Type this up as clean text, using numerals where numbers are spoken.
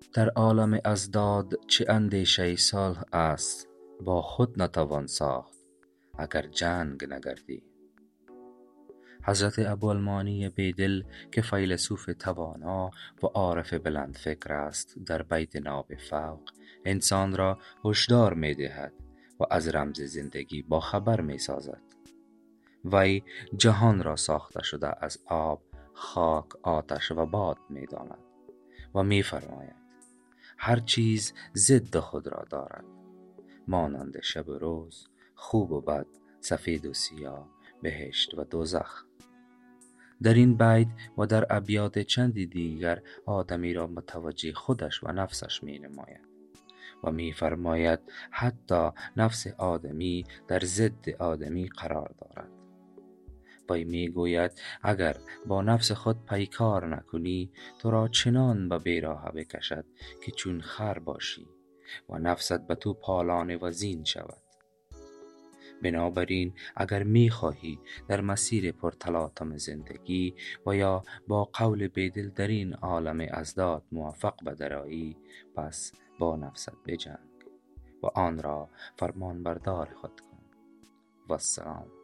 در عالم اضداد چه اندیشه صلح است، با خود نتوان ساخت اگر جنگ نگردی. حضرت ابوالمانی بیدل که فیلسوف توانا و عارف بلند فکر است، در بیت ناب فوق انسان را هشدار می دهد و از رمز زندگی با خبر می سازد. وی جهان را ساخته شده از آب، خاک، آتش و باد می داند و می فرماید هر چیز ضد خود را دارد، مانند شب و روز، خوب و بد، سفید و سیاه، بهشت و دوزخ. در این بیت و در ابیات چندی دیگر آدمی را متوجه خودش و نفسش می نماید و می فرماید حتی نفس آدمی در ضد آدمی قرار دارد. وی می گوید اگر با نفس خود پیکار نکنی، تو را چنان به بیراه بکشد که چون خر باشی و نفست به تو پالانه و زین شود. بنابراین اگر می خواهی در مسیر پرتلاطم زندگی و یا با قول بیدل در این عالم اضداد موفق بدرایی، پس با نفست بجنگ و آن را فرمان بردار خود کن. و السلام.